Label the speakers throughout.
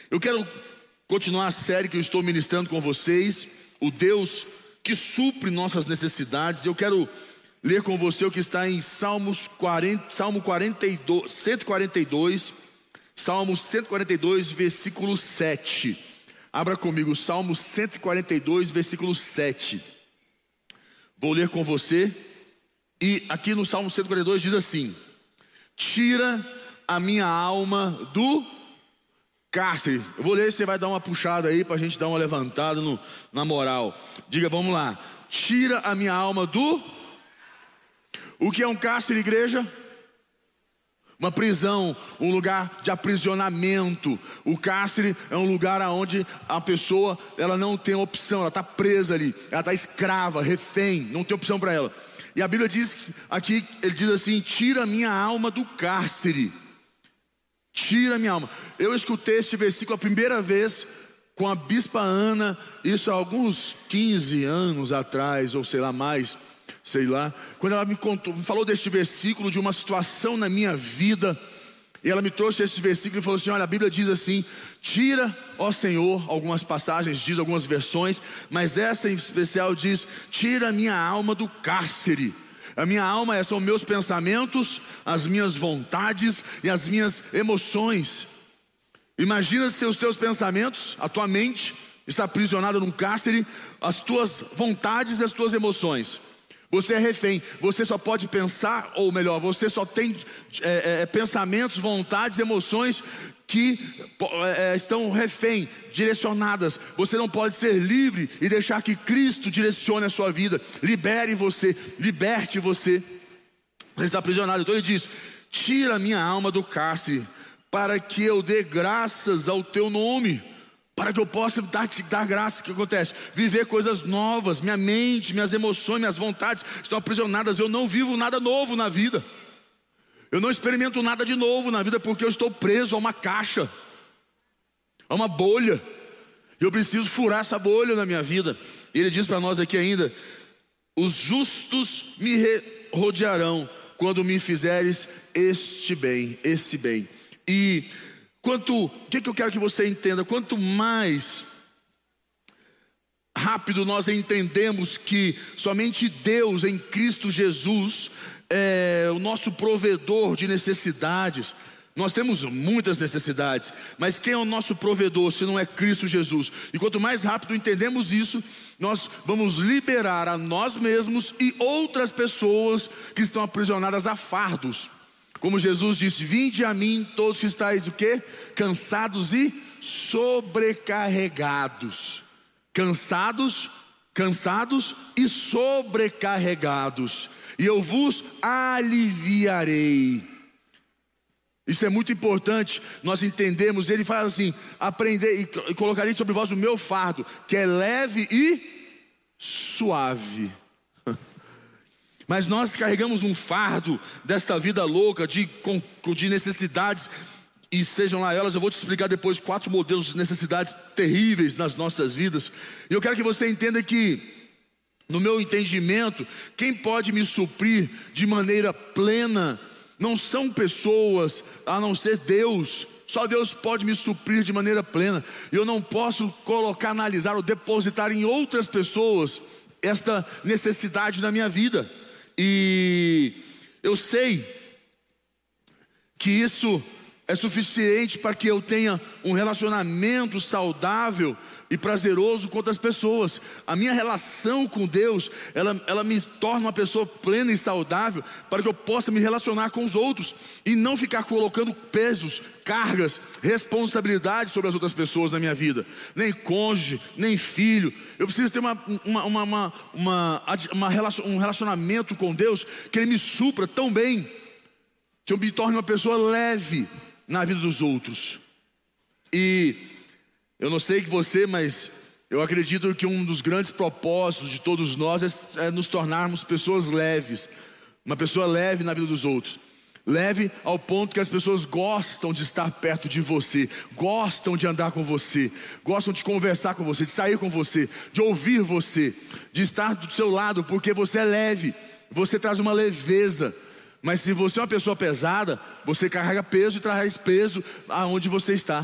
Speaker 1: Eu quero continuar a série que eu estou ministrando com vocês, o Deus que supre nossas necessidades. Eu quero ler com você o que está em Salmo 142, versículo 7. Abra comigo, Salmo 142, versículo 7. Vou ler com você. E aqui no Salmo 142 diz assim: tira a minha alma do cárcere. Eu vou ler, você vai dar uma puxada aí para a gente dar uma levantada na moral. Diga, vamos lá. Tira a minha alma do... O que é um cárcere, igreja? Uma prisão, um lugar de aprisionamento. O cárcere é um lugar onde a pessoa, ela não tem opção, ela está presa ali, ela está escrava, refém, não tem opção para ela. E a Bíblia diz aqui, ele diz assim: tira a minha alma do cárcere. Tira a minha alma. Eu escutei esse versículo a primeira vez com a bispa Ana, isso há alguns 15 anos atrás, ou sei lá mais, sei lá, quando ela me falou deste versículo, de uma situação na minha vida, e ela me trouxe esse versículo e falou assim: olha, a Bíblia diz assim: tira, ó Senhor, algumas passagens diz, algumas versões, mas essa em especial diz: tira a minha alma do cárcere. A minha alma são meus pensamentos, as minhas vontades e as minhas emoções. Imagina se os teus pensamentos, a tua mente está aprisionada num cárcere, as tuas vontades e as tuas emoções. Você é refém, você só pode pensar, ou melhor, você só tem pensamentos, vontades, emoções que estão refém, direcionadas. Você não pode ser livre e deixar que Cristo direcione a sua vida. Libere você, liberte você. Você está aprisionado. Então ele diz: tira a minha alma do cárcere, para que eu dê graças ao teu nome, para que eu possa te dar graça. O que acontece? Viver coisas novas. Minha mente, minhas emoções, minhas vontades estão aprisionadas. Eu não vivo nada novo na vida. Eu não experimento nada de novo na vida, porque eu estou preso a uma caixa, a uma bolha. Eu preciso furar essa bolha na minha vida. E ele diz para nós aqui ainda: os justos me rodearão quando me fizeres esse bem. E o que eu quero que você entenda? Quanto mais rápido nós entendemos que somente Deus em Cristo Jesus é o nosso provedor de necessidades. Nós temos muitas necessidades, mas quem é o nosso provedor se não é Cristo Jesus? E quanto mais rápido entendemos isso, nós vamos liberar a nós mesmos e outras pessoas que estão aprisionadas a fardos. Como Jesus disse: vinde a mim todos que estáis o quê? Cansados e sobrecarregados. Cansados e sobrecarregados, e eu vos aliviarei. Isso é muito importante nós entendemos. Ele fala assim: aprender e colocarei sobre vós o meu fardo, que é leve e suave. Mas nós carregamos um fardo desta vida louca de necessidades, e sejam lá elas, eu vou te explicar depois 4 modelos de necessidades terríveis nas nossas vidas. E eu quero que você entenda que, no meu entendimento, quem pode me suprir de maneira plena não são pessoas, a não ser Deus. Só Deus pode me suprir de maneira plena. Eu não posso analisar ou depositar em outras pessoas esta necessidade na minha vida. E eu sei que isso é suficiente para que eu tenha um relacionamento saudável e prazeroso com outras pessoas. A minha relação com Deus, ela me torna uma pessoa plena e saudável, para que eu possa me relacionar com os outros e não ficar colocando pesos, cargas, responsabilidades sobre as outras pessoas na minha vida. Nem cônjuge, nem filho. Eu preciso ter um relacionamento com Deus, que Ele me supra tão bem, que eu me torne uma pessoa leve na vida dos outros. E eu não sei que você, mas eu acredito que um dos grandes propósitos de todos nós é nos tornarmos pessoas leves. Uma pessoa leve na vida dos outros. Leve ao ponto que as pessoas gostam de estar perto de você, gostam de andar com você, gostam de conversar com você, de sair com você, de ouvir você, de estar do seu lado, porque você é leve, você traz uma leveza. Mas se você é uma pessoa pesada, você carrega peso e traz peso aonde você está.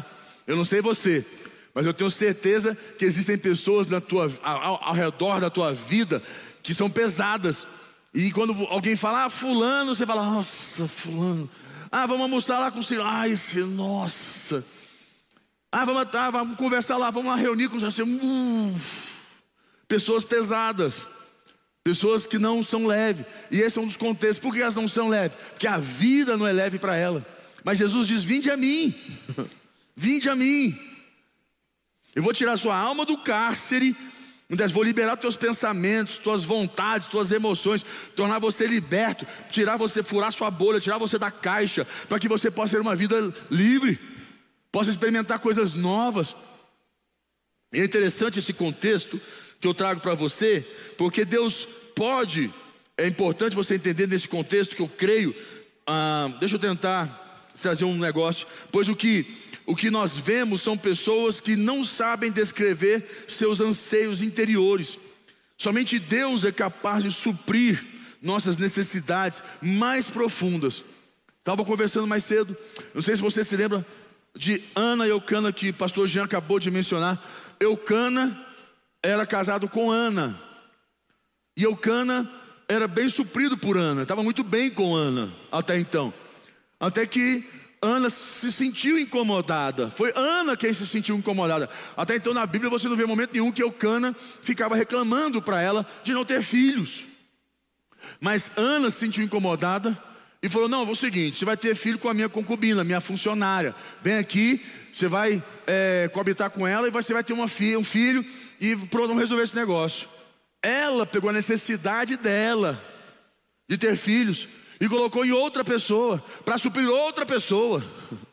Speaker 1: Eu não sei você, mas eu tenho certeza que existem pessoas ao redor da tua vida que são pesadas. E quando alguém fala, fulano, você fala, nossa, fulano. Vamos almoçar lá com o senhor. Nossa. Vamos conversar lá, vamos lá reunir com o senhor. Pessoas pesadas. Pessoas que não são leves. E esse é um dos contextos. Por que elas não são leves? Porque a vida não é leve para ela. Mas Jesus diz, vinde a mim. Vinde a mim. Eu vou tirar sua alma do cárcere. Vou liberar teus pensamentos, tuas vontades, tuas emoções, tornar você liberto, tirar você, furar sua bolha, tirar você da caixa, para que você possa ter uma vida livre, possa experimentar coisas novas. E é interessante esse contexto que eu trago para você, porque Deus pode, é importante você entender nesse contexto que eu creio. Deixa eu tentar trazer um negócio, pois o que nós vemos são pessoas que não sabem descrever seus anseios interiores. Somente Deus é capaz de suprir nossas necessidades mais profundas. Estava conversando mais cedo, não sei se você se lembra de Ana e Eucana, que o pastor Jean acabou de mencionar. Eucana era casado com Ana, e Eucana era bem suprido por Ana, estava muito bem com Ana até então. Até que Ana se sentiu incomodada. Foi Ana quem se sentiu incomodada. Até então na Bíblia você não vê momento nenhum que Eucana ficava reclamando para ela de não ter filhos. Mas Ana se sentiu incomodada e falou, não, é o seguinte, você vai ter filho com a minha concubina, minha funcionária. Vem aqui, você vai coabitar com ela e você vai ter um filho. E pronto, vamos resolver esse negócio. Ela pegou a necessidade dela de ter filhos e colocou em outra pessoa, para suprir outra pessoa.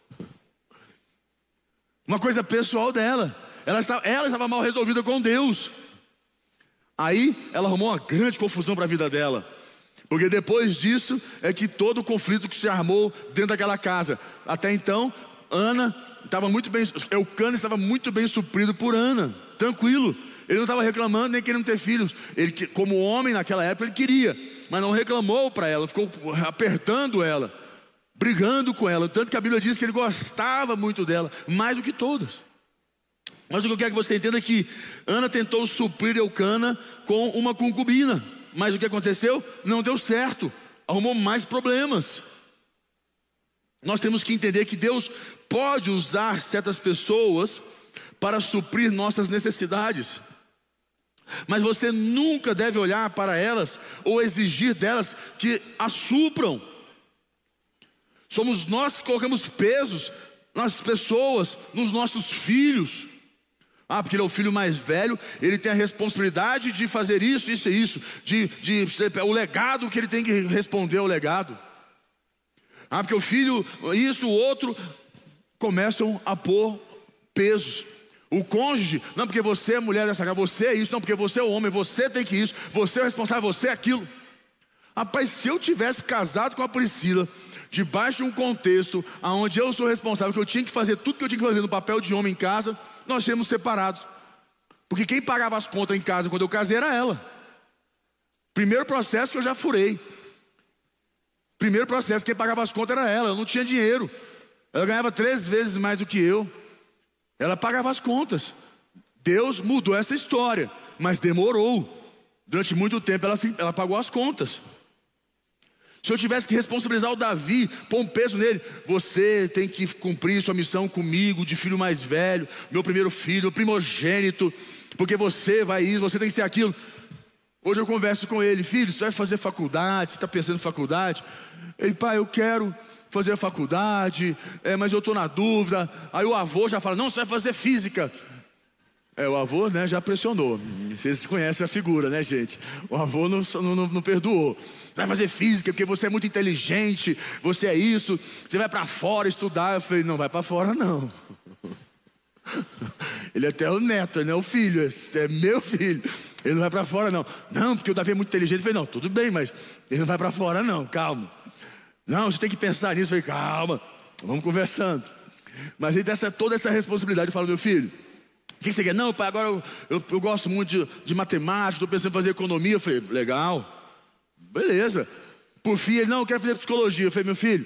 Speaker 1: Uma coisa pessoal dela. Ela estava mal resolvida com Deus. Aí ela arrumou uma grande confusão para a vida dela. Porque depois disso é que todo o conflito que se armou dentro daquela casa. Até então, Eucana estava muito bem suprido por Ana, tranquilo. Ele não estava reclamando nem querendo ter filhos. Ele, como homem naquela época, ele queria, mas não reclamou para ela, ficou apertando ela, brigando com ela. Tanto que a Bíblia diz que ele gostava muito dela, mais do que todas. Mas o que eu quero que você entenda é que Ana tentou suprir Eucana com uma concubina. Mas o que aconteceu? Não deu certo, arrumou mais problemas. Nós temos que entender que Deus pode usar certas pessoas para suprir nossas necessidades. Mas você nunca deve olhar para elas ou exigir delas que as supram. Somos nós que colocamos pesos nas pessoas, nos nossos filhos. Porque ele é o filho mais velho, ele tem a responsabilidade de fazer isso, isso e isso, o legado que ele tem que responder ao legado. Porque o filho, isso, o outro, começam a pôr pesos. O cônjuge, não porque você é mulher dessa casa, você é isso, não porque você é o homem, você tem que isso, você é o responsável, você é aquilo. Rapaz, se eu tivesse casado com a Priscila, debaixo de um contexto onde eu sou responsável, que eu tinha que fazer tudo que eu tinha que fazer no papel de homem em casa, nós tínhamos separados. Porque quem pagava as contas em casa quando eu casei era ela. Primeiro processo que eu já furei. Primeiro processo, quem pagava as contas era ela, eu não tinha dinheiro. Ela ganhava 3 vezes mais do que eu. Ela pagava as contas. Deus mudou essa história, mas demorou. Durante muito tempo ela pagou as contas. Se eu tivesse que responsabilizar o Davi, pôr um peso nele, você tem que cumprir sua missão comigo, de filho mais velho, meu primeiro filho, primogênito, porque você vai isso, você tem que ser aquilo. Hoje eu converso com ele, filho, você vai fazer faculdade, você está pensando em faculdade? Ele, pai, eu quero fazer a faculdade, mas eu estou na dúvida. Aí o avô já fala, não, você vai fazer física. O avô, né, já pressionou. Vocês conhecem a figura, né, gente? O avô não perdoou. Você vai fazer física porque você é muito inteligente, você é isso, você vai para fora estudar. Eu falei, não vai para fora não. Ele é até o neto, né, o filho, é meu filho. Ele não vai para fora não. Não, porque o Davi é muito inteligente. Eu falei, não, tudo bem, mas ele não vai para fora não, calma. Não, você tem que pensar nisso. Eu falei, calma, vamos conversando. Mas ele tem toda essa responsabilidade. Eu falo, meu filho, o que você quer? Não, pai, agora eu gosto muito de matemática, estou pensando em fazer economia. Eu falei, legal, beleza. Por fim, ele, não, eu quero fazer psicologia. Eu falei, meu filho,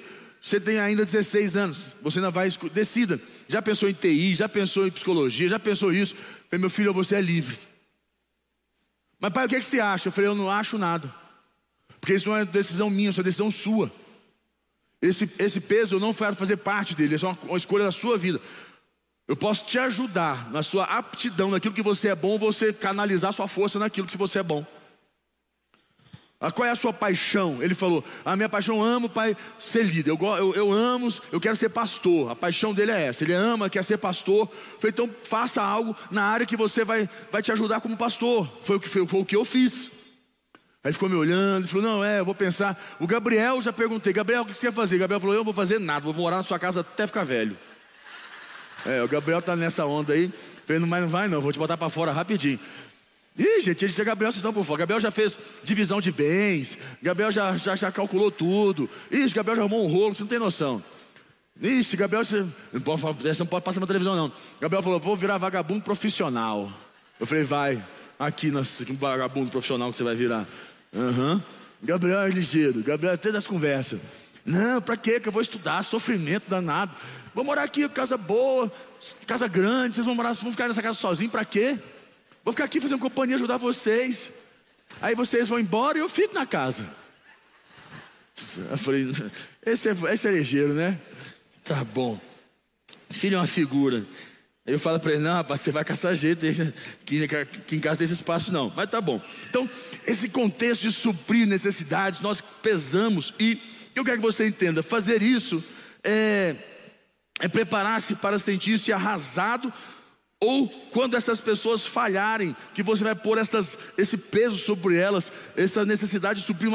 Speaker 1: Você tem ainda 16 anos, você ainda vai, decida. Já pensou em TI, já pensou em psicologia, já pensou isso? Eu falei, meu filho, você é livre. Mas pai, o que é que você acha? Eu falei, eu não acho nada. Porque isso não é decisão minha, isso é decisão sua. Esse peso eu não quero fazer parte dele, é uma escolha da sua vida. Eu posso te ajudar na sua aptidão, naquilo que você é bom, você canalizar sua força naquilo que você é bom. Qual é a sua paixão? Ele falou, a minha paixão, eu amo, pai, ser líder. Eu amo, eu quero ser pastor. A paixão dele é essa, ele ama, quer ser pastor. Eu falei, então faça algo na área que você vai te ajudar como pastor. Foi o que eu fiz. Aí ele ficou me olhando, falou, não, eu vou pensar. O Gabriel, já perguntei, Gabriel, o que você quer fazer? Gabriel falou, eu não vou fazer nada, vou morar na sua casa até ficar velho. O Gabriel tá nessa onda aí. Falei, mas não vai não, vou te botar para fora rapidinho. Ih, gente, ele disse, Gabriel, vocês estão por fora. Gabriel já fez divisão de bens. Gabriel já calculou tudo. Ixi, Gabriel já arrumou um rolo, você não tem noção. Ixi, Gabriel, você não pode passar na televisão não. Gabriel falou, vou virar vagabundo profissional. Eu falei, vai, aqui um vagabundo profissional que você vai virar. Gabriel é ligeiro, Gabriel até das conversas. Não, pra quê? Que eu vou estudar, sofrimento danado. Vou morar aqui, casa boa, casa grande. Vocês vão ficar nessa casa sozinhos, pra quê? Vou ficar aqui fazendo companhia, ajudar vocês. Aí vocês vão embora e eu fico na casa. Eu falei, esse é ligeiro, né? Tá bom. Filho é uma figura. Aí eu falo para ele, não, rapaz, você vai caçar jeito, que em casa tem esse espaço não. Mas tá bom. Então, esse contexto de suprir necessidades, nós pesamos. E eu quero que você entenda, fazer isso é preparar-se para sentir-se arrasado. Ou quando essas pessoas falharem, que você vai pôr esse peso sobre elas, essa necessidade de suprir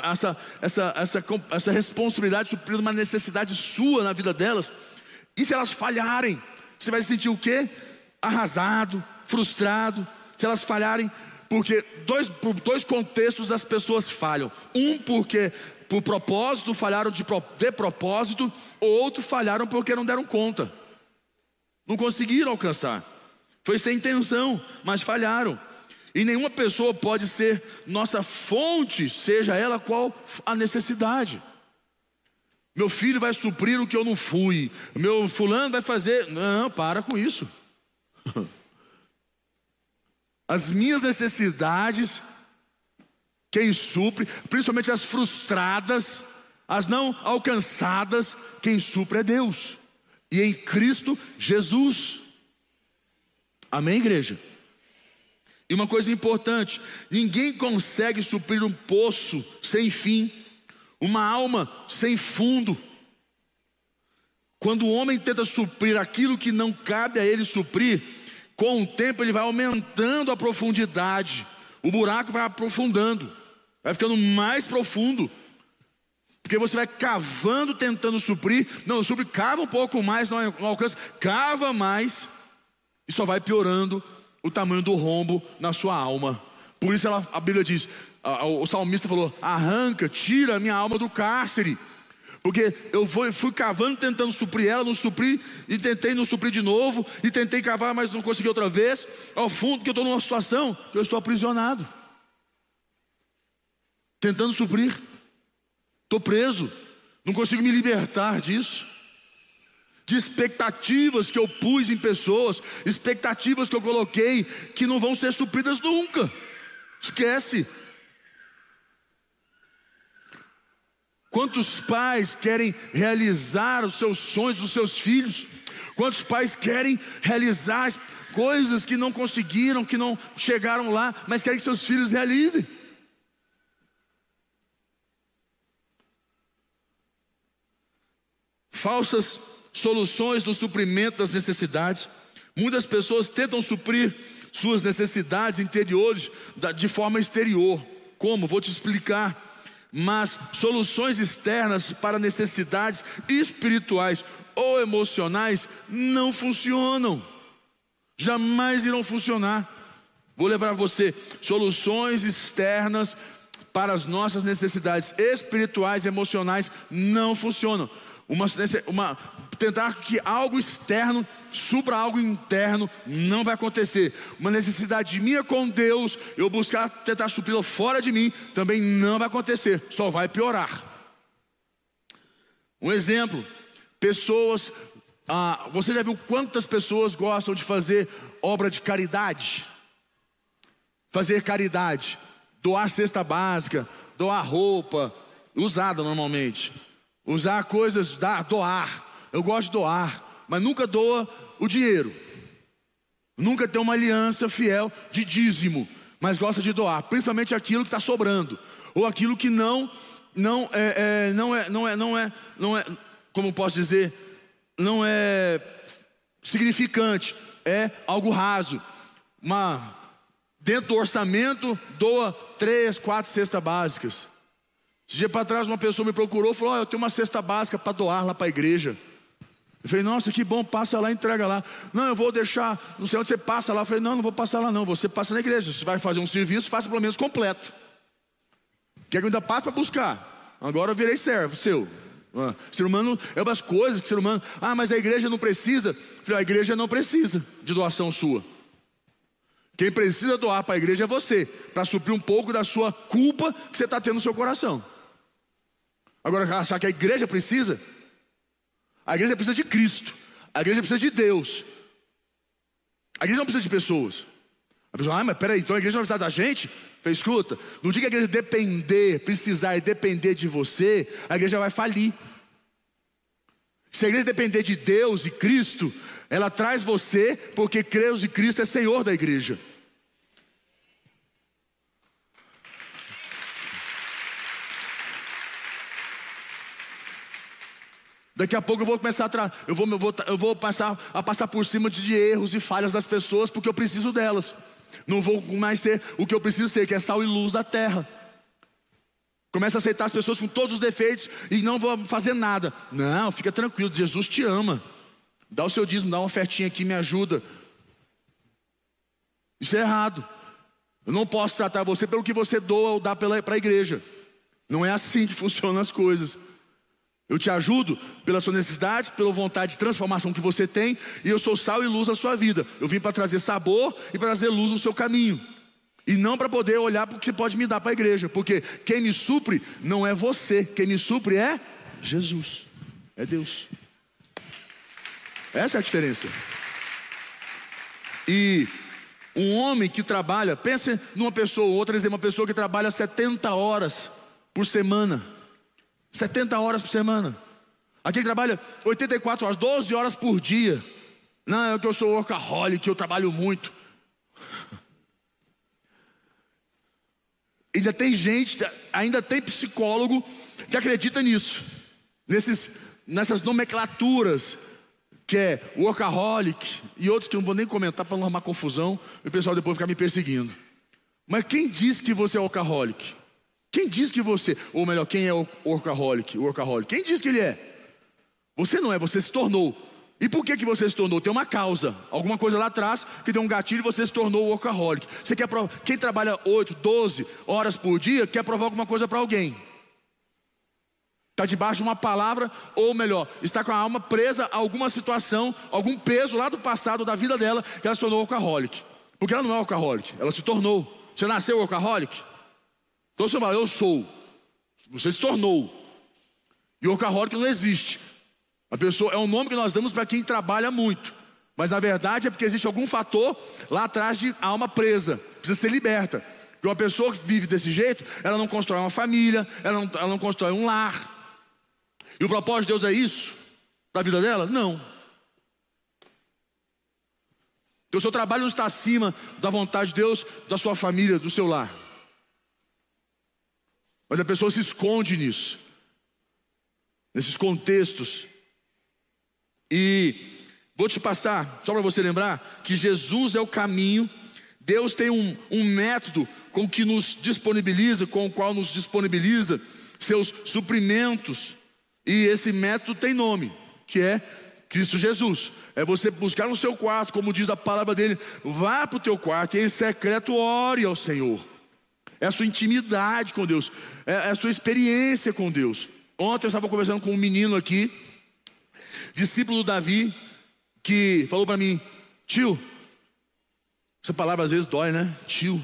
Speaker 1: essa responsabilidade de suprir uma necessidade sua na vida delas. E se elas falharem, você vai se sentir o quê? Arrasado, frustrado. Se elas falharem, porque por dois contextos as pessoas falham. Um porque por propósito falharam de propósito, outro falharam porque não deram conta. Não conseguiram alcançar. Foi sem intenção, mas falharam. E nenhuma pessoa pode ser nossa fonte, seja ela qual a necessidade. Meu filho vai suprir o que eu não fui. Meu fulano vai fazer. Não, para com isso. As minhas necessidades, quem supre, principalmente as frustradas, as não alcançadas, quem supre é Deus. E em Cristo Jesus. Amém, igreja? E uma coisa importante, ninguém consegue suprir um poço sem fim, uma alma sem fundo. Quando o homem tenta suprir aquilo que não cabe a ele suprir, com o tempo ele vai aumentando a profundidade, o buraco vai aprofundando, vai ficando mais profundo, porque você vai cavando tentando suprir. Não, supre, cava um pouco mais, não alcança, cava mais, e só vai piorando o tamanho do rombo na sua alma. Por isso a Bíblia diz, o salmista falou, arranca, tira a minha alma do cárcere. Porque eu fui cavando tentando suprir ela, não supri, e tentei não suprir de novo, e tentei cavar, mas não consegui outra vez, ao fundo que eu estou numa situação que eu estou aprisionado, tentando suprir, estou preso, não consigo me libertar disso. De expectativas que eu pus em pessoas, expectativas que eu coloquei, que não vão ser supridas nunca. Esquece. Quantos pais querem realizar os seus sonhos dos seus filhos? Quantos pais querem realizar coisas que não conseguiram, que não chegaram lá, mas querem que seus filhos realizem? Falsas soluções no suprimento das necessidades. Muitas pessoas tentam suprir suas necessidades interiores de forma exterior. Como? Vou te explicar. Mas soluções externas para necessidades espirituais ou emocionais não funcionam. Jamais irão funcionar. Vou lembrar você, soluções externas para as nossas necessidades espirituais e emocionais não funcionam. Tentar que algo externo supra algo interno não vai acontecer. Uma necessidade minha com Deus, eu tentar supri-la fora de mim, também não vai acontecer, só vai piorar. Um exemplo, pessoas, você já viu quantas pessoas gostam de fazer obra de caridade? Fazer caridade, doar cesta básica, doar roupa, usada normalmente, usar coisas, doar. Eu gosto de doar, mas nunca doa o dinheiro. Nunca tem uma aliança fiel de dízimo, mas gosta de doar, principalmente aquilo que está sobrando, ou aquilo que não é, como posso dizer, não é significante, é algo raso. Dentro do orçamento, doa 3, 4 cestas básicas. Esse dia para trás uma pessoa me procurou e falou: eu tenho uma cesta básica para doar lá para a igreja. Eu falei: nossa, que bom, passa lá e entrega lá. Não, eu vou deixar, não sei onde você passa lá. Eu falei: não vou passar lá não, você passa na igreja. Você vai fazer um serviço, faça pelo menos completo. Quer que eu ainda passe para buscar? Agora eu virei servo seu. Ser humano é umas coisas que ser humano, mas a igreja não precisa. Eu falei: a igreja não precisa de doação sua. Quem precisa doar para a igreja é você, para suprir um pouco da sua culpa que você está tendo no seu coração. Agora, achar que a igreja precisa? A igreja precisa de Cristo. A igreja precisa de Deus. A igreja não precisa de pessoas. A pessoa: mas peraí, então a igreja não precisa da gente? Falei: escuta, no dia que a igreja precisar e depender de você, a igreja vai falir. Se a igreja depender de Deus e Cristo, ela traz você, porque Deus e Cristo é Senhor da igreja. Daqui a pouco eu vou começar eu vou passar por cima de erros e falhas das pessoas, porque eu preciso delas. Não vou mais ser o que eu preciso ser, que é sal e luz da terra. Começa a aceitar as pessoas com todos os defeitos e não vou fazer nada. Não, fica tranquilo, Jesus te ama. Dá o seu dízimo, dá uma ofertinha aqui, me ajuda. Isso é errado. Eu não posso tratar você pelo que você doa ou dá para a igreja. Não é assim que funcionam as coisas. Eu te ajudo pela sua necessidade, pela vontade de transformação que você tem, e eu sou sal e luz na sua vida. Eu vim para trazer sabor e para trazer luz no seu caminho, e não para poder olhar para o que pode me dar para a igreja, porque quem me supre não é você, quem me supre é Jesus, é Deus. Essa é a diferença. E um homem que trabalha, pense numa pessoa, outra exemplo, uma pessoa que trabalha 70 horas por semana. 70 horas por semana. Aquele trabalha 84 horas, 12 horas por dia. Não, é que eu sou workaholic, que eu trabalho muito. Ainda tem gente, ainda tem psicólogo que acredita nisso. Nessas nomenclaturas, que é workaholic e outros que eu não vou nem comentar para não arrumar confusão e o pessoal depois ficar me perseguindo. Mas quem disse que você é workaholic? Quem diz que você, ou melhor, quem é o workaholic? Quem diz que ele é? Você não é, você se tornou. E por que você se tornou? Tem uma causa, alguma coisa lá atrás que deu um gatilho e você se tornou workaholic. Você quer provar? Quem trabalha 8, 12 horas por dia quer provar alguma coisa para alguém. Está debaixo de uma palavra, ou melhor, está com a alma presa a alguma situação, algum peso lá do passado da vida dela, que ela se tornou workaholic. Porque ela não é workaholic, ela se tornou. Você nasceu workaholic? Então você fala: eu sou. Você se tornou. E workaholic não existe. A pessoa é um nome que nós damos para quem trabalha muito, mas na verdade é porque existe algum fator lá atrás de alma presa, precisa ser liberta. Porque uma pessoa que vive desse jeito, ela não constrói uma família, ela não constrói um lar. E o propósito de Deus é isso para a vida dela? Não. Então o seu trabalho não está acima da vontade de Deus, da sua família, do seu lar. Mas a pessoa se esconde nisso, nesses contextos. E vou te passar, só para você lembrar, que Jesus é o caminho. Deus tem um método com o qual nos disponibiliza seus suprimentos. E esse método tem nome, que é Cristo Jesus. É você buscar no seu quarto, como diz a palavra dele: vá para o teu quarto e em secreto ore ao Senhor. É a sua intimidade com Deus, é a sua experiência com Deus. Ontem eu estava conversando com um menino aqui, discípulo do Davi, que falou para mim: tio, essa palavra às vezes dói, né? Tio.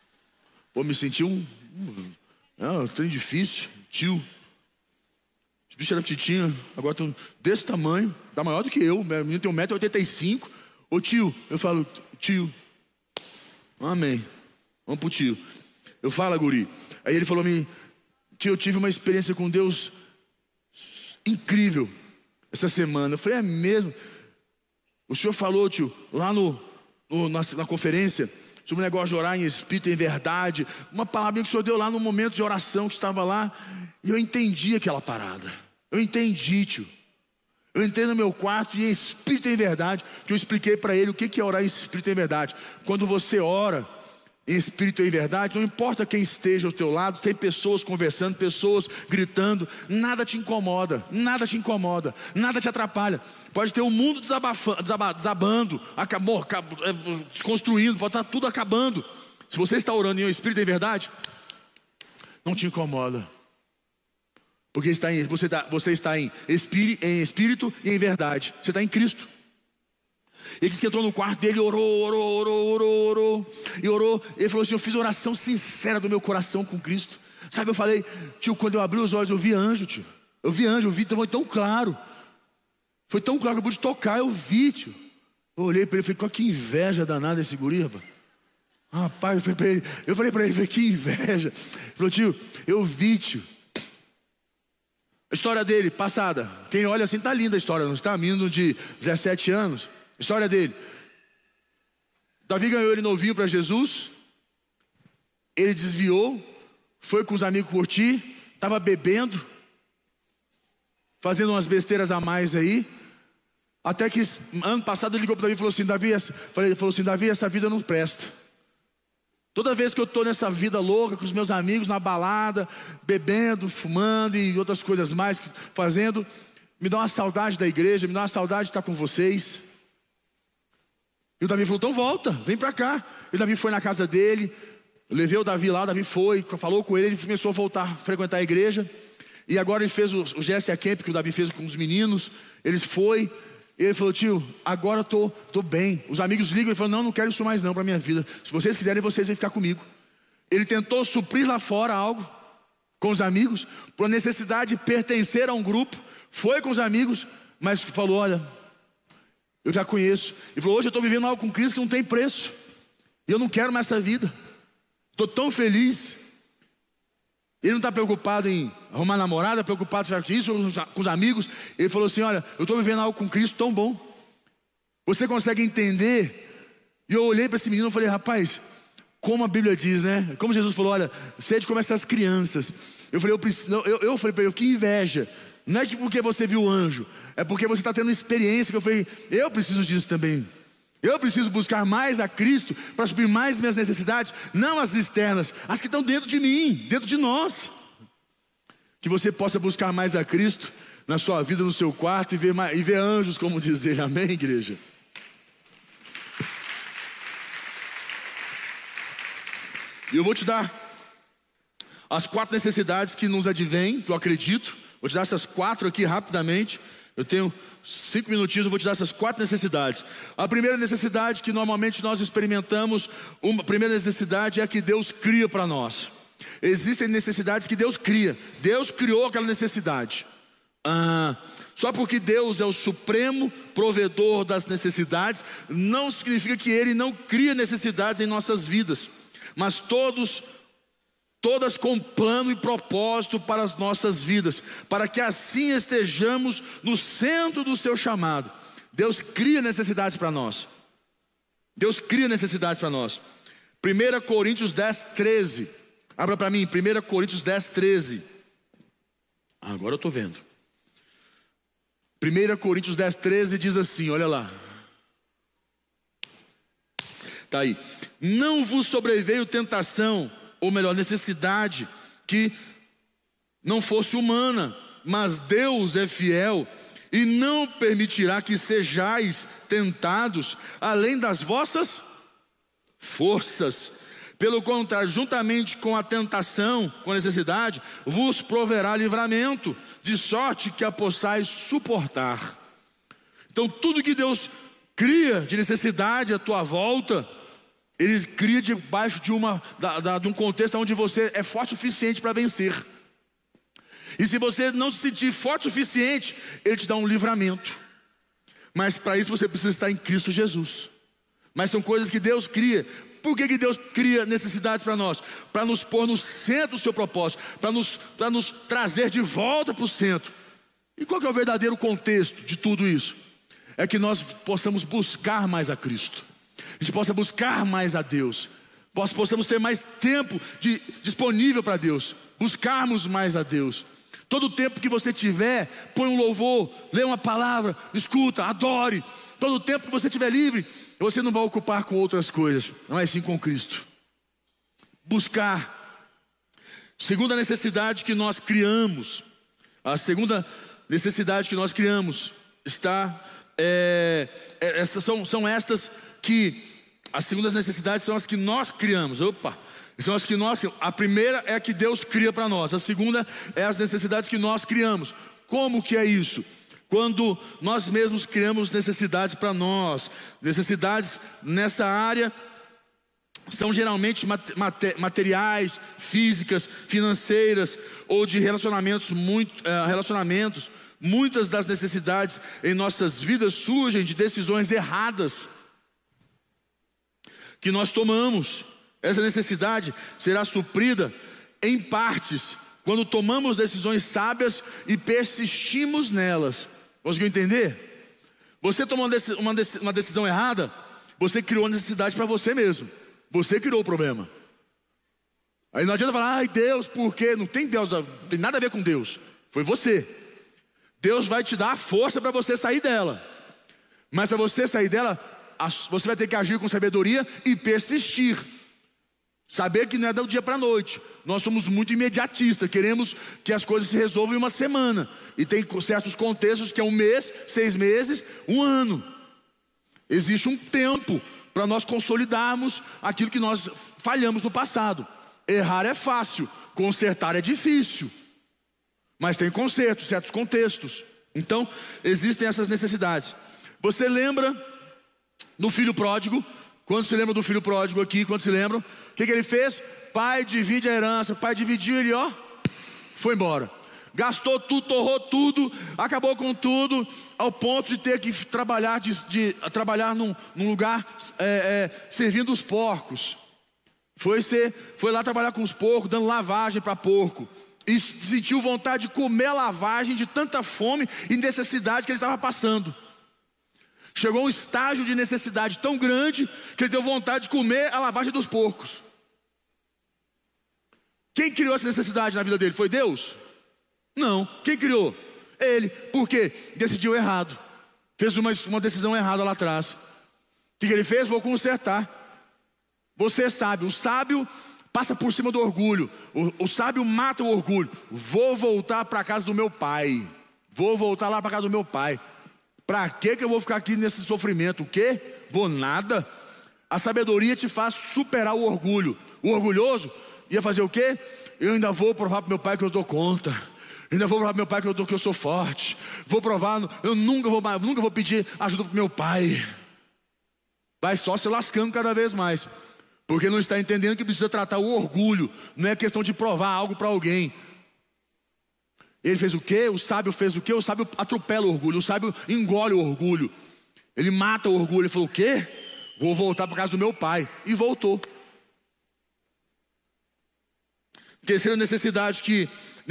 Speaker 1: Pô, me senti um trem difícil, tio. bicho era petitinho, agora estão desse tamanho, tá maior do que eu. Meu menino tem 1,85 m. Ô tio, eu falo, tio, amém, vamos pro tio. Eu falo, guri. Aí ele falou a mim, tio, eu tive uma experiência com Deus incrível essa semana. Eu falei, é mesmo? O senhor falou, tio, lá na conferência, sobre o negócio de orar em espírito e em verdade. Uma palavrinha que o senhor deu lá no momento de oração que estava lá. E eu entendi aquela parada. Eu entendi, tio. Eu entrei no meu quarto e em espírito e em verdade, que eu expliquei para ele o que é orar em espírito e em verdade. Quando você ora em espírito e em verdade, não importa quem esteja ao teu lado, tem pessoas conversando, pessoas gritando, nada te incomoda, nada te incomoda, nada te atrapalha. Pode ter o mundo desabando, desconstruindo, pode estar tudo acabando. Se você está orando em espírito e em verdade, não te incomoda. Porque você está em espírito e em verdade. Você está em Cristo. Ele disse que entrou no quarto dele, orou. Ele falou assim, eu fiz oração sincera do meu coração com Cristo. Sabe, eu falei, tio, quando eu abri os olhos, eu vi anjo, tio. Eu vi anjo, foi tão claro. Foi tão claro que eu pude tocar, eu vi, tio. Eu olhei para ele e falei, que inveja danada esse guri, rapaz. Rapaz, eu falei para ele, que inveja. Ele falou, tio, eu vi, tio. A história dele, passada. Quem olha assim, tá linda a história, não está? Menino de 17 anos. História dele. Davi ganhou ele novinho para Jesus. Ele desviou. Foi com os amigos curtir. Estava bebendo. Fazendo umas besteiras a mais aí. Até que ano passado ele ligou para Davi e falou assim, Davi, essa vida não presta. Toda vez que eu estou nessa vida louca com os meus amigos na balada, bebendo, fumando e outras coisas mais fazendo, me dá uma saudade da igreja, me dá uma saudade de estar com vocês. E o Davi falou, então volta, vem pra cá. E o Davi foi na casa dele, eu levei o Davi lá, o Davi foi, falou com ele começou a voltar a frequentar a igreja. E agora ele fez o GSA Camp que o Davi fez com os meninos. Ele foi, ele falou, tio, agora eu tô bem. Os amigos ligam e falam, não quero isso mais não pra minha vida. Se vocês quiserem, vocês vêm ficar comigo. Ele tentou suprir lá fora algo com os amigos, por necessidade de pertencer a um grupo. Foi com os amigos, mas falou, olha, eu já conheço. Ele falou, hoje eu estou vivendo algo com Cristo que não tem preço. E eu não quero mais essa vida. Estou tão feliz. Ele não está preocupado em arrumar namorada, preocupado com isso, com os amigos. Ele falou assim, olha, eu estou vivendo algo com Cristo tão bom. Você consegue entender? E eu olhei para esse menino e falei, rapaz, como a Bíblia diz, né? Como Jesus falou, olha, sede como essas crianças. Eu falei para ele, que inveja. Não é que porque você viu o anjo, é porque você está tendo experiência. Que eu falei, eu preciso disso também. Eu preciso buscar mais a Cristo para suprir mais minhas necessidades, não as externas, as que estão dentro de mim, dentro de nós. Que você possa buscar mais a Cristo na sua vida, no seu quarto e ver anjos, como dizer, amém, igreja? E eu vou te dar as 4 necessidades que nos advêm, que eu acredito. Vou te dar essas 4 aqui rapidamente. Eu tenho 5 minutinhos, eu vou te dar essas 4 necessidades. A primeira necessidade que normalmente nós experimentamos, a primeira necessidade é a que Deus cria para nós. Existem necessidades que Deus cria. Deus criou aquela necessidade. Só porque Deus é o supremo provedor das necessidades, não significa que Ele não cria necessidades em nossas vidas. Mas todas com plano e propósito para as nossas vidas, para que assim estejamos no centro do seu chamado. Deus cria necessidades para nós. Deus cria necessidades para nós. 1 Coríntios 10, 13. Abra para mim, 1 Coríntios 10, 13. Agora eu estou vendo. 1 Coríntios 10, 13 diz assim, olha lá. Está aí. Não vos sobreveio tentação, ou melhor, necessidade, que não fosse humana, mas Deus é fiel e não permitirá que sejais tentados além das vossas forças. Pelo contrário, juntamente com a tentação, com a necessidade, vos proverá livramento, de sorte que a possais suportar. Então tudo que Deus cria de necessidade à tua volta, Ele cria debaixo de um contexto onde você é forte o suficiente para vencer. E se você não se sentir forte o suficiente, Ele te dá um livramento. Mas para isso você precisa estar em Cristo Jesus. Mas são coisas que Deus cria. Por que Deus cria necessidades para nós? Para nos pôr no centro do seu propósito, para nos trazer de volta para o centro. E qual que é o verdadeiro contexto de tudo isso? É que nós possamos buscar mais a Cristo. A gente possa buscar mais a Deus. Possamos ter mais tempo disponível para Deus. Buscarmos mais a Deus. Todo o tempo que você tiver, põe um louvor, lê uma palavra, escuta, adore. Todo o tempo que você tiver livre, você não vai ocupar com outras coisas, mas sim com Cristo. Buscar. Segunda necessidade que nós criamos. A segunda necessidade que nós criamos está... são estas que... As segundas necessidades são as que nós criamos. São as que nós criamos. A primeira é a que Deus cria para nós. A segunda é as necessidades que nós criamos. Como que é isso? Quando nós mesmos criamos necessidades para nós. Necessidades nessa área são geralmente materiais, físicas, financeiras ou de relacionamentos. Muitas das necessidades em nossas vidas surgem de decisões erradas que nós tomamos. Essa necessidade será suprida em partes quando tomamos decisões sábias e persistimos nelas. Conseguiu entender? Você tomou uma decisão errada, você criou a necessidade para você mesmo. Você criou o problema. Aí não adianta falar, ai Deus, por quê? Não tem Deus, não tem nada a ver com Deus. Foi você. Deus vai te dar a força para você sair dela. Mas para você sair dela, você vai ter que agir com sabedoria e persistir. Saber que não é do dia para a noite. Nós somos muito imediatistas. Queremos que as coisas se resolvam em uma semana. E tem certos contextos que é 1 mês, 6 meses, 1 ano. Existe um tempo para nós consolidarmos aquilo que nós falhamos no passado. Errar é fácil, consertar é difícil. Mas tem conserto, certos contextos. Então, existem essas necessidades. Você lembra do filho pródigo? Quando se lembra do filho pródigo aqui, quando se lembram, o que ele fez? Pai divide a herança. Pai dividiu, ele foi embora. Gastou tudo, torrou tudo, acabou com tudo, ao ponto de ter que trabalhar, trabalhar num lugar servindo os porcos. Foi lá trabalhar com os porcos, dando lavagem para porco. E sentiu vontade de comer a lavagem de tanta fome e necessidade que ele estava passando. Chegou a um estágio de necessidade tão grande que ele deu vontade de comer a lavagem dos porcos. Quem criou essa necessidade na vida dele? Foi Deus? Não. Quem criou? Ele. Por quê? Decidiu errado. Fez uma decisão errada lá atrás. O que ele fez? Vou consertar. Você sabe, o sábio passa por cima do orgulho. O sábio mata o orgulho. Vou voltar para a casa do meu pai. Vou voltar lá para a casa do meu pai. Para que eu vou ficar aqui nesse sofrimento? O quê? Vou nada. A sabedoria te faz superar o orgulho. O orgulhoso ia fazer o quê? Eu ainda vou provar para meu pai que eu dou conta. Ainda vou provar para meu pai que eu sou forte. Vou provar, eu nunca vou pedir ajuda para meu pai. Vai só se lascando cada vez mais. Porque não está entendendo que precisa tratar o orgulho. Não é questão de provar algo para alguém. Ele fez o quê? O sábio fez o quê? O sábio atropela o orgulho. O sábio engole o orgulho. Ele mata o orgulho. Ele falou, o quê? Vou voltar para casa do meu pai. E voltou. Terceira necessidade que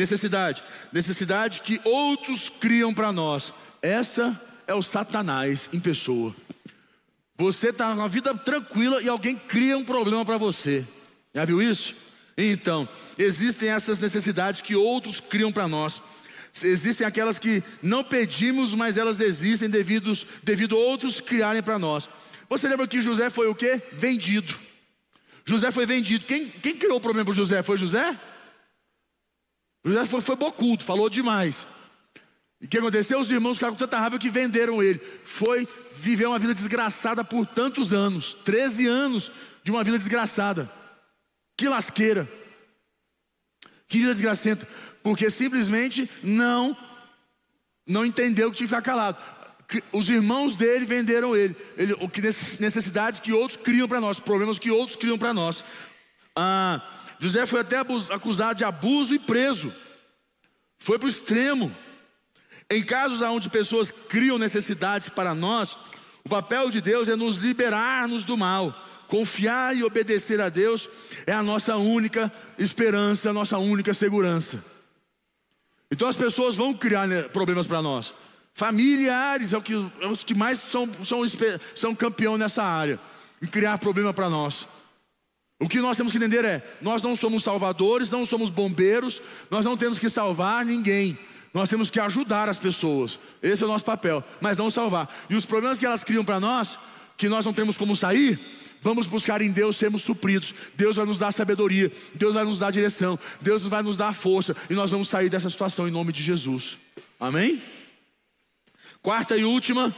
Speaker 1: outros criam para nós. Essa é o Satanás em pessoa. Você está numa vida tranquila e alguém cria um problema para você. Já viu isso? Então, existem essas necessidades que outros criam para nós. Existem aquelas que não pedimos, mas elas existem devido a outros criarem para nós. Você lembra que José foi o quê? Vendido. José foi vendido. Quem criou o problema para José? Foi José? José foi bocudo, falou demais. E o que aconteceu? Os irmãos ficaram com tanta raiva que venderam ele. Foi viver uma vida desgraçada por tantos anos. 13 anos de uma vida desgraçada. Que lasqueira. Que vida desgracenta. Porque simplesmente não entendeu que tinha que ficar calado. Os irmãos dele venderam ele. Necessidades que outros criam para nós. Problemas que outros criam para nós. José foi até acusado de abuso e preso. Foi para o extremo. Em casos onde pessoas criam necessidades para nós, o papel de Deus é nos liberar-nos do mal. Confiar e obedecer a Deus é a nossa única esperança, a nossa única segurança. Então as pessoas vão criar problemas para nós. Familiares é os que mais são campeão nessa área, em criar problema para nós. O que nós temos que entender é, nós não somos salvadores, não somos bombeiros, nós não temos que salvar ninguém. Nós temos que ajudar as pessoas, esse é o nosso papel, mas não salvar. E os problemas que elas criam para nós, que nós não temos como sair, vamos buscar em Deus sermos supridos. Deus vai nos dar sabedoria, Deus vai nos dar direção, Deus vai nos dar força, e nós vamos sair dessa situação em nome de Jesus. Amém? Quarta e última,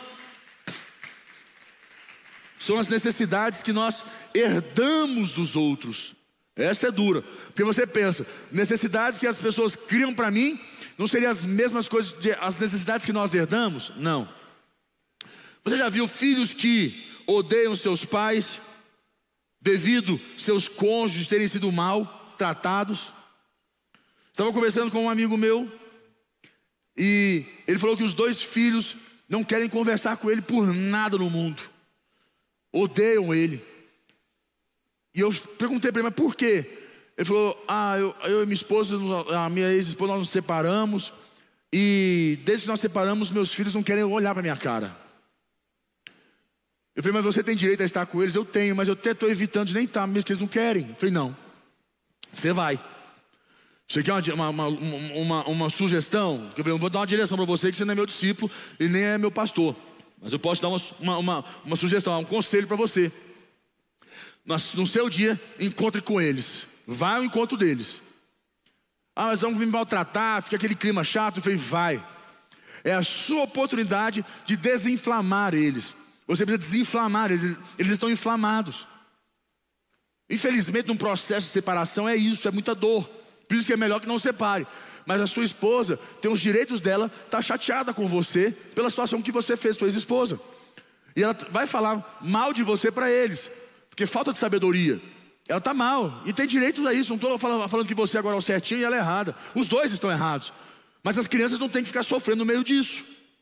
Speaker 1: são as necessidades que nós herdamos dos outros. Essa é dura, porque você pensa, necessidades que as pessoas criam para mim, não seriam as mesmas coisas, as necessidades que nós herdamos? Não. Você já viu filhos que odeiam seus pais, devido seus cônjuges terem sido mal tratados? Estava conversando com um amigo meu, e ele falou que os 2 filhos não querem conversar com ele por nada no mundo. Odeiam ele. E eu perguntei para ele, mas por quê? Ele falou, eu e minha esposa, a minha ex-esposa, nós nos separamos. E desde que nós separamos, meus filhos não querem olhar para minha cara. Eu falei, mas você tem direito a estar com eles? Eu tenho, mas eu até estou evitando de nem estar, mesmo que eles não querem. Eu falei, não, você vai. Você quer uma sugestão? Eu vou dar uma direção para você, que você não é meu discípulo e nem é meu pastor. Mas eu posso dar uma sugestão, um conselho para você. No seu dia, encontre com eles. Vai ao encontro deles. Mas vão me maltratar, fica aquele clima chato. Eu falei, vai. É a sua oportunidade de desinflamar eles. Você precisa desinflamar eles. Eles estão inflamados. Infelizmente, num processo de separação é isso, é muita dor. Por isso que é melhor que não separe. Mas a sua esposa tem os direitos dela, está chateada com você pela situação que você fez, sua ex-esposa. E ela vai falar mal de você para eles, porque falta de sabedoria. Ela está mal e tem direito a isso. Não estou falando que você agora é o certinho e ela é errada. Os dois estão errados. Mas as crianças não têm que ficar sofrendo no meio disso.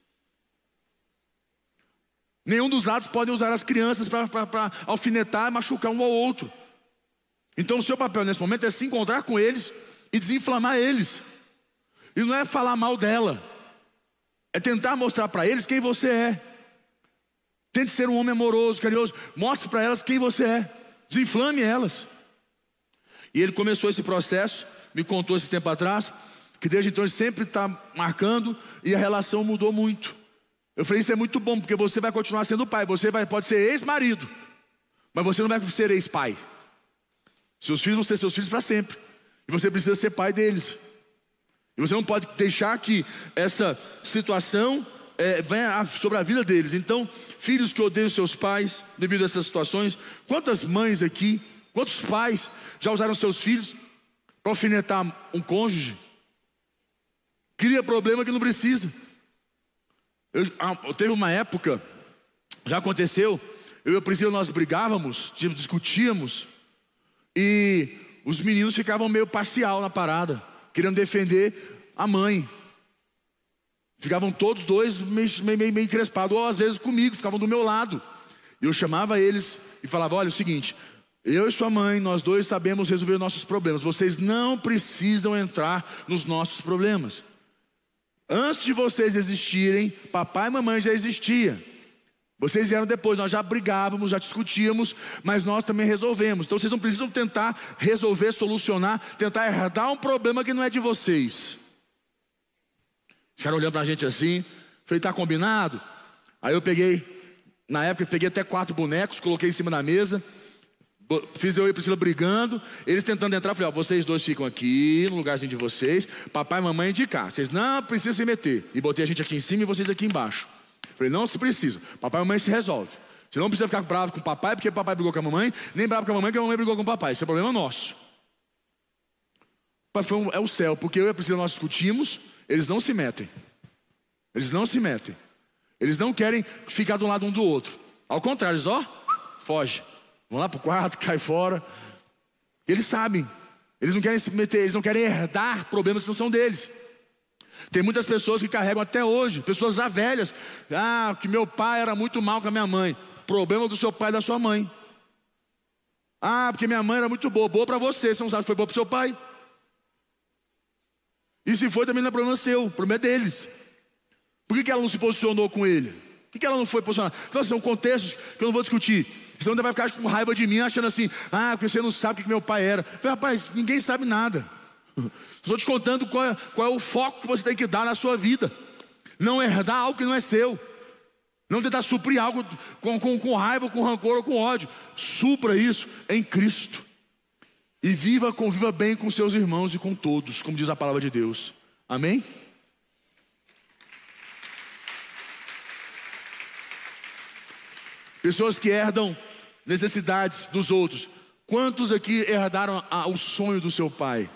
Speaker 1: Nenhum dos lados pode usar as crianças para alfinetar e machucar um ao outro. Então o seu papel nesse momento é se encontrar com eles e desinflamar eles. E não é falar mal dela, é tentar mostrar para eles quem você é. Tente ser um homem amoroso, carinhoso. Mostre para elas quem você é. Desinflame elas. E ele começou esse processo, me contou esse tempo atrás, que desde então ele sempre está marcando e a relação mudou muito. Eu falei, isso é muito bom, porque você vai continuar sendo pai. Você pode ser ex-marido, mas você não vai ser ex-pai. Seus filhos vão ser seus filhos para sempre. E você precisa ser pai deles. E você não pode deixar que essa situação venha sobre a vida deles. Então, filhos que odeiam seus pais devido a essas situações. Quantas mães aqui, quantos pais já usaram seus filhos para alfinetar um cônjuge? Cria problema que não precisa. Teve uma época, já aconteceu, eu e a Priscila nós brigávamos, discutíamos, e os meninos ficavam meio parcial na parada, querendo defender a mãe. Ficavam todos dois meio encrespados, ou às vezes comigo, ficavam do meu lado. E eu chamava eles e falava, olha, é o seguinte, eu e sua mãe, nós dois sabemos resolver nossos problemas. Vocês não precisam entrar nos nossos problemas. Antes de vocês existirem, papai e mamãe já existia. Vocês vieram depois, nós já brigávamos, já discutíamos, mas nós também resolvemos. Então vocês não precisam tentar resolver, solucionar, tentar herdar um problema que não é de vocês. Os caras olhando pra gente assim, falei, tá combinado? Aí eu peguei, na época, peguei até 4 bonecos, coloquei em cima da mesa, fiz eu e a Priscila brigando, eles tentando entrar, falei, ó, vocês dois ficam aqui, no lugarzinho de vocês, papai e mamãe de cá, vocês não precisam se meter. E botei a gente aqui em cima e vocês aqui embaixo. Falei, não se precisa, papai e mamãe se resolve. Você não precisa ficar bravo com o papai, porque o papai brigou com a mamãe, nem bravo com a mamãe, porque a mamãe brigou com o papai. Isso é problema nosso. É o céu, porque eu e a Priscila nós discutimos, eles não se metem. Eles não se metem. Eles não querem ficar do lado um do outro. Ao contrário, eles, foge. Vão lá pro quarto, cai fora. Eles sabem. Eles não querem se meter, eles não querem herdar problemas que não são deles. Tem muitas pessoas que carregam até hoje, pessoas já velhas. Ah, que meu pai era muito mal com a minha mãe. Problema do seu pai e da sua mãe. Ah, porque minha mãe era muito boa. Boa para você, você não sabe se foi boa para o seu pai. E se foi, também não é problema seu, o problema é deles. Por que ela não se posicionou com ele? Por que ela não foi posicionada? Então, são contextos que eu não vou discutir. Senão você vai ficar com raiva de mim, achando assim: ah, porque você não sabe o que meu pai era. Eu falei, rapaz, ninguém sabe nada. Estou te contando qual é o foco que você tem que dar na sua vida. Não herdar algo que não é seu. Não tentar suprir algo com raiva, com rancor ou com ódio. Supra isso em Cristo. E conviva bem com seus irmãos e com todos, como diz a palavra de Deus. Amém? Pessoas que herdam necessidades dos outros. Quantos aqui herdaram o sonho do seu pai?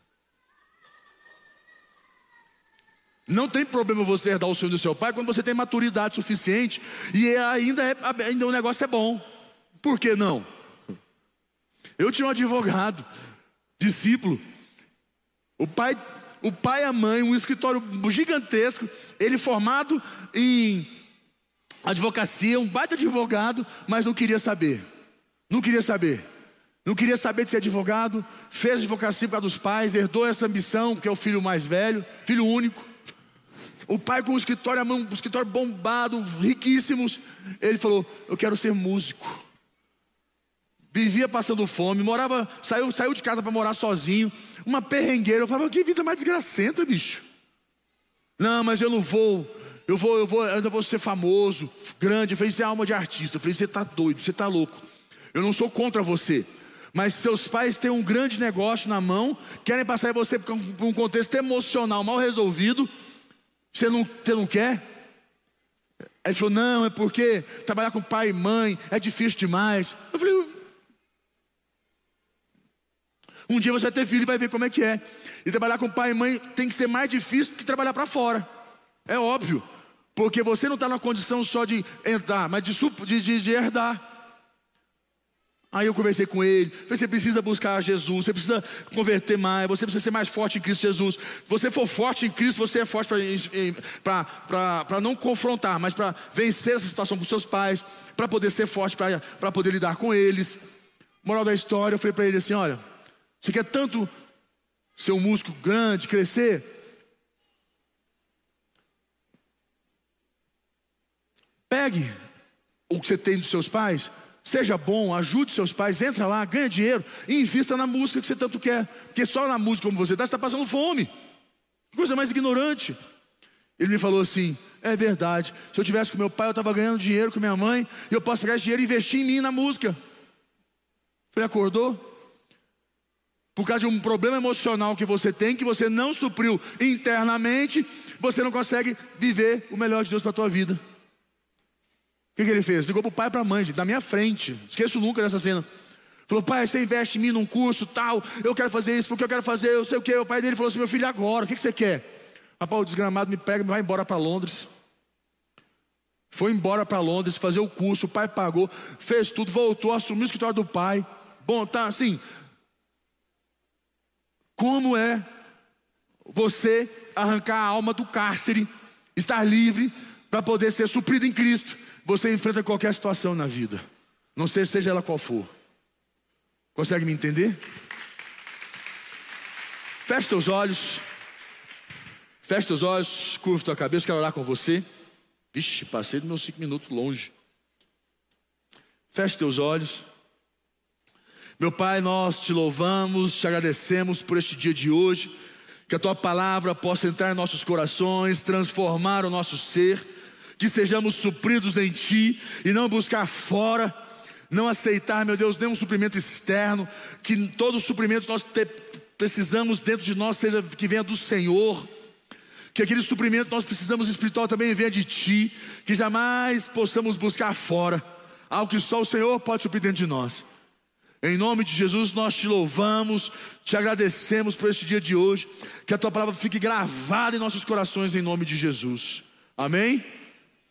Speaker 1: Não tem problema você herdar o sonho do seu pai quando você tem maturidade suficiente e ainda o negócio é bom. Por que não? Eu tinha um advogado, discípulo. O pai e a mãe, um escritório gigantesco. Ele formado em advocacia, um baita advogado, mas não queria saber. Não queria saber de ser advogado. Fez advocacia por causa dos pais, herdou essa ambição, porque é o filho mais velho, filho único. O pai com um escritório bombado, riquíssimos. Ele falou: eu quero ser músico. Vivia passando fome, saiu de casa para morar sozinho. Uma perrengueira. Eu falava: que vida mais desgracenta, bicho. Não, mas eu não vou. Eu ainda vou ser famoso, grande. Eu falei: você é alma de artista. Eu falei: você está doido, você está louco. Eu não sou contra você, mas seus pais têm um grande negócio na mão, querem passar em você por um contexto emocional mal resolvido. Você não quer? Aí ele falou: não, é porque trabalhar com pai e mãe é difícil demais. Eu falei: um dia você vai ter filho e vai ver como é que é. E trabalhar com pai e mãe tem que ser mais difícil do que trabalhar para fora. É óbvio. Porque você não está na condição só de entrar, mas de herdar. Aí eu conversei com ele. Falei: você precisa buscar Jesus, você precisa converter mais, você precisa ser mais forte em Cristo Jesus. Se você for forte em Cristo, você é forte para não confrontar, mas para vencer essa situação com seus pais, para poder ser forte, para poder lidar com eles. Moral da história, eu falei para ele assim: olha, você quer tanto ser um músico grande, crescer? Pegue o que você tem dos seus pais, seja bom, ajude seus pais, entra lá, ganha dinheiro e invista na música que você tanto quer. Porque só na música como você está passando fome. Coisa mais ignorante. Ele me falou assim: é verdade, se eu tivesse com meu pai, eu estava ganhando dinheiro com minha mãe, e eu posso pegar esse dinheiro e investir em mim, na música. Falei: acordou? Por causa de um problema emocional que você tem, que você não supriu internamente, você não consegue viver o melhor de Deus para a tua vida. O que ele fez? Ligou para o pai e para a mãe, na minha frente. Esqueço nunca dessa cena. Falou: pai, você investe em mim num curso tal, eu quero fazer isso, porque eu quero fazer, eu sei o que. O pai dele falou assim: meu filho, agora, o que você quer? Rapaz, o desgramado me pega e vai embora para Londres. Foi embora para Londres fazer o curso, o pai pagou, fez tudo, voltou, assumiu o escritório do pai. Bom, tá assim. Como é você arrancar a alma do cárcere, estar livre para poder ser suprido em Cristo? Você enfrenta qualquer situação na vida, não sei, seja ela qual for. Consegue me entender? Feche teus olhos. Feche teus olhos, curva tua cabeça, quero orar com você. Vixe, passei dos meus 5 minutos longe. Feche teus olhos. Meu Pai, nós te louvamos, te agradecemos por este dia de hoje. Que a tua palavra possa entrar em nossos corações, transformar o nosso ser. Que sejamos supridos em ti e não buscar fora, não aceitar, meu Deus, nenhum suprimento externo. Que todo suprimento nós precisamos dentro de nós seja que venha do Senhor. Que aquele suprimento nós precisamos espiritual também venha de ti. Que jamais possamos buscar fora algo que só o Senhor pode suprir dentro de nós. Em nome de Jesus nós te louvamos, te agradecemos por este dia de hoje. Que a tua palavra fique gravada em nossos corações em nome de Jesus. Amém?